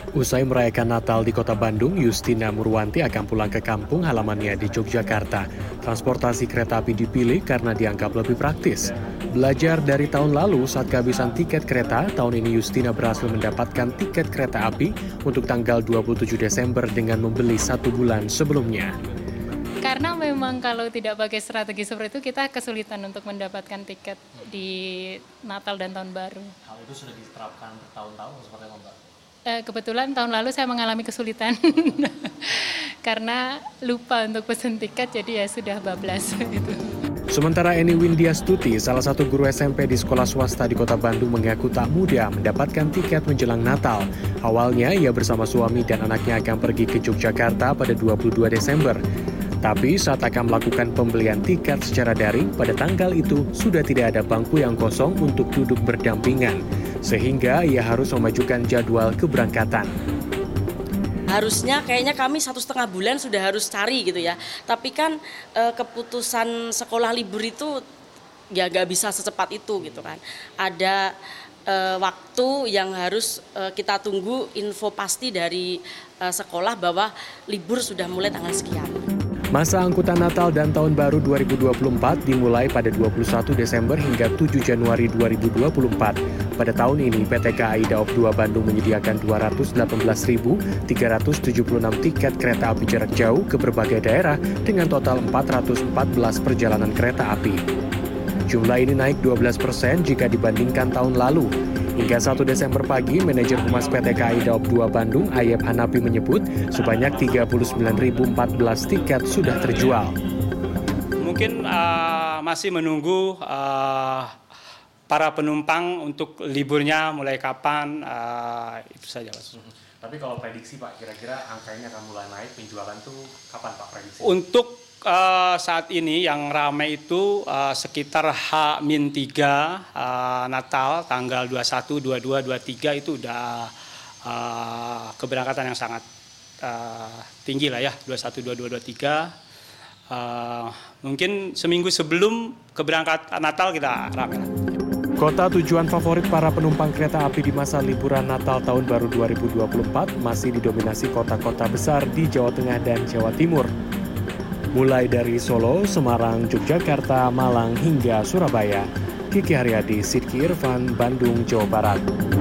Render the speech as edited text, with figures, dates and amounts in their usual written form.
Usai merayakan Natal di kota Bandung, Justina Murwanti akan pulang ke kampung halamannya di Yogyakarta. Transportasi kereta api dipilih karena dianggap lebih praktis. Belajar dari tahun lalu saat kehabisan tiket kereta, tahun ini Justina berhasil mendapatkan tiket kereta api untuk tanggal 27 Desember dengan membeli 1 bulan sebelumnya. Karena memang kalau tidak pakai strategi seperti itu, kita kesulitan untuk mendapatkan tiket di Natal dan Tahun Baru. Hal itu sudah diterapkan bertahun-tahun seperti apa, Mbak? Kebetulan tahun lalu saya mengalami kesulitan karena lupa untuk pesen tiket, jadi ya sudah bablas gitu. Sementara Eni Windiastuti, salah satu guru SMP di sekolah swasta di kota Bandung mengaku tak mudah mendapatkan tiket menjelang Natal. Awalnya ia bersama suami dan anaknya akan pergi ke Yogyakarta pada 22 Desember. Tapi saat akan melakukan pembelian tiket secara daring, pada tanggal itu sudah tidak ada bangku yang kosong untuk duduk berdampingan. Sehingga ia harus memajukan jadwal keberangkatan. Harusnya kayaknya kami 1,5 bulan sudah harus cari gitu ya. Tapi kan keputusan sekolah libur itu ya nggak bisa secepat itu gitu kan. Ada waktu yang harus kita tunggu info pasti dari sekolah bahwa libur sudah mulai tanggal sekian. Masa angkutan Natal dan Tahun Baru 2024 dimulai pada 21 Desember hingga 7 Januari 2024. Pada tahun ini, PT KAI Daob 2 Bandung menyediakan 218.376 tiket kereta api jarak jauh ke berbagai daerah dengan total 414 perjalanan kereta api. Jumlah ini naik 12% jika dibandingkan tahun lalu. Hingga 1 Desember pagi, manajer humas PT KAI Daob 2 Bandung, Ayep Hanapi menyebut sebanyak 39.014 tiket sudah terjual. Mungkin masih menunggu para penumpang untuk liburnya mulai kapan, itu saja Mas. Tapi kalau prediksi Pak, kira-kira angkanya akan mulai naik, penjualan tuh kapan Pak prediksi? Untuk saat ini yang ramai itu sekitar H-3 Natal tanggal 21, 22, 23 itu udah keberangkatan yang sangat tinggi lah ya, 21, 22, 23. Mungkin seminggu sebelum keberangkatan Natal kita ramai lah. Kota tujuan favorit para penumpang kereta api di masa liburan Natal Tahun Baru 2024 masih didominasi kota-kota besar di Jawa Tengah dan Jawa Timur. Mulai dari Solo, Semarang, Yogyakarta, Malang, hingga Surabaya. Kiki Haryadi, Sidki Irfan, Bandung, Jawa Barat.